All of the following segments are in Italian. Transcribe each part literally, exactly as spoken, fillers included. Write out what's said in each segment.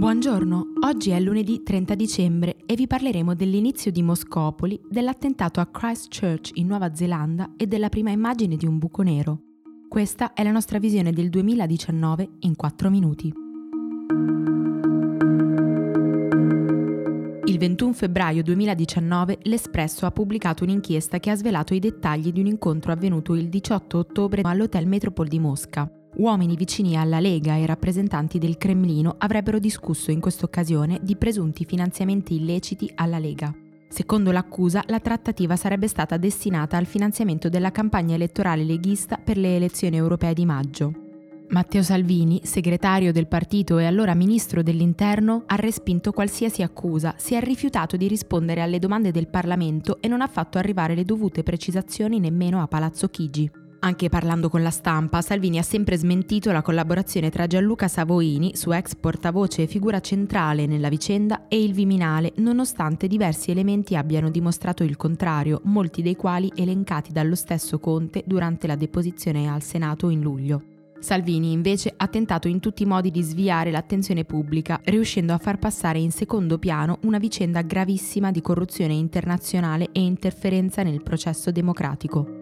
Buongiorno, oggi è lunedì trenta dicembre e vi parleremo dell'inizio di Moscopoli, dell'attentato a Christchurch in Nuova Zelanda e della prima immagine di un buco nero. Questa è la nostra visione del duemiladiciannove in quattro minuti. Il ventuno febbraio duemiladiciannove l'Espresso ha pubblicato un'inchiesta che ha svelato i dettagli di un incontro avvenuto il diciotto ottobre all'Hotel Metropole di Mosca. Uomini vicini alla Lega e rappresentanti del Cremlino avrebbero discusso in questa occasione di presunti finanziamenti illeciti alla Lega. Secondo l'accusa, la trattativa sarebbe stata destinata al finanziamento della campagna elettorale leghista per le elezioni europee di maggio. Matteo Salvini, segretario del partito e allora ministro dell'Interno, ha respinto qualsiasi accusa, si è rifiutato di rispondere alle domande del Parlamento e non ha fatto arrivare le dovute precisazioni nemmeno a Palazzo Chigi. Anche parlando con la stampa, Salvini ha sempre smentito la collaborazione tra Gianluca Savoini, suo ex portavoce e figura centrale nella vicenda, e il Viminale, nonostante diversi elementi abbiano dimostrato il contrario, molti dei quali elencati dallo stesso Conte durante la deposizione al Senato in luglio. Salvini invece ha tentato in tutti i modi di sviare l'attenzione pubblica, riuscendo a far passare in secondo piano una vicenda gravissima di corruzione internazionale e interferenza nel processo democratico.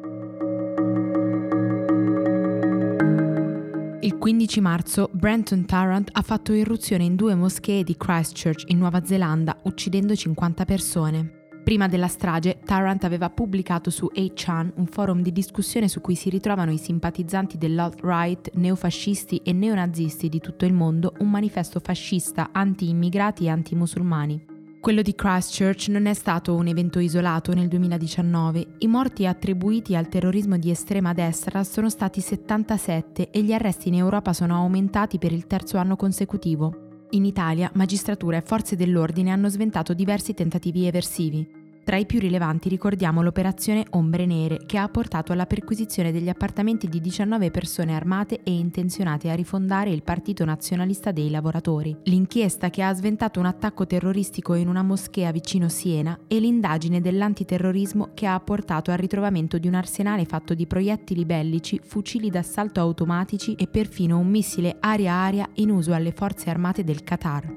Il quindici marzo Brenton Tarrant ha fatto irruzione in due moschee di Christchurch in Nuova Zelanda, uccidendo cinquanta persone. Prima della strage, Tarrant aveva pubblicato su eight chan, un forum di discussione su cui si ritrovano i simpatizzanti dell'alt-right, neofascisti e neonazisti di tutto il mondo, un manifesto fascista anti-immigrati e anti-musulmani. Quello di Christchurch non è stato un evento isolato nel duemiladiciannove. I morti attribuiti al terrorismo di estrema destra sono stati settantasette e gli arresti in Europa sono aumentati per il terzo anno consecutivo. In Italia, magistratura e forze dell'ordine hanno sventato diversi tentativi eversivi. Tra i più rilevanti ricordiamo l'operazione Ombre Nere, che ha portato alla perquisizione degli appartamenti di diciannove persone armate e intenzionate a rifondare il Partito Nazionalista dei Lavoratori, l'inchiesta che ha sventato un attacco terroristico in una moschea vicino Siena e l'indagine dell'antiterrorismo che ha portato al ritrovamento di un arsenale fatto di proiettili bellici, fucili d'assalto automatici e perfino un missile aria-aria in uso alle forze armate del Qatar.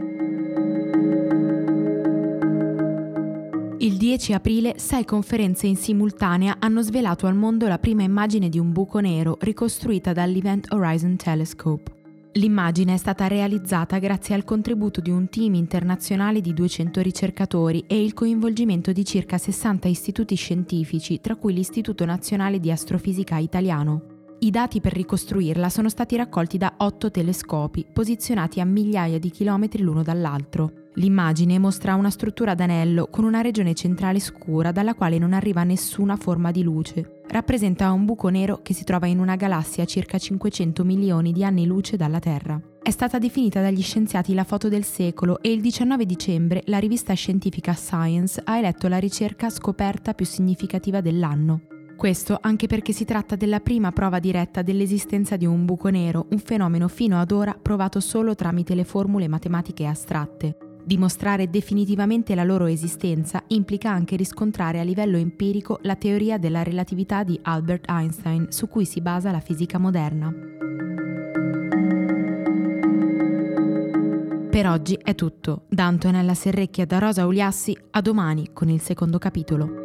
Il dieci aprile, sei conferenze in simultanea hanno svelato al mondo la prima immagine di un buco nero ricostruita dall'Event Horizon Telescope. L'immagine è stata realizzata grazie al contributo di un team internazionale di duecento ricercatori e il coinvolgimento di circa sessanta istituti scientifici, tra cui l'Istituto Nazionale di Astrofisica Italiano. I dati per ricostruirla sono stati raccolti da otto telescopi, posizionati a migliaia di chilometri l'uno dall'altro. L'immagine mostra una struttura ad anello con una regione centrale scura dalla quale non arriva nessuna forma di luce. Rappresenta un buco nero che si trova in una galassia a circa cinquecento milioni di anni luce dalla Terra. È stata definita dagli scienziati la foto del secolo e il diciannove dicembre la rivista scientifica Science ha eletto la ricerca scoperta più significativa dell'anno. Questo anche perché si tratta della prima prova diretta dell'esistenza di un buco nero, un fenomeno fino ad ora provato solo tramite le formule matematiche astratte. Dimostrare definitivamente la loro esistenza implica anche riscontrare a livello empirico la teoria della relatività di Albert Einstein, su cui si basa la fisica moderna. Per oggi è tutto. Da Antonella Serrecchia e da Rosa Uliassi, a domani con il secondo capitolo.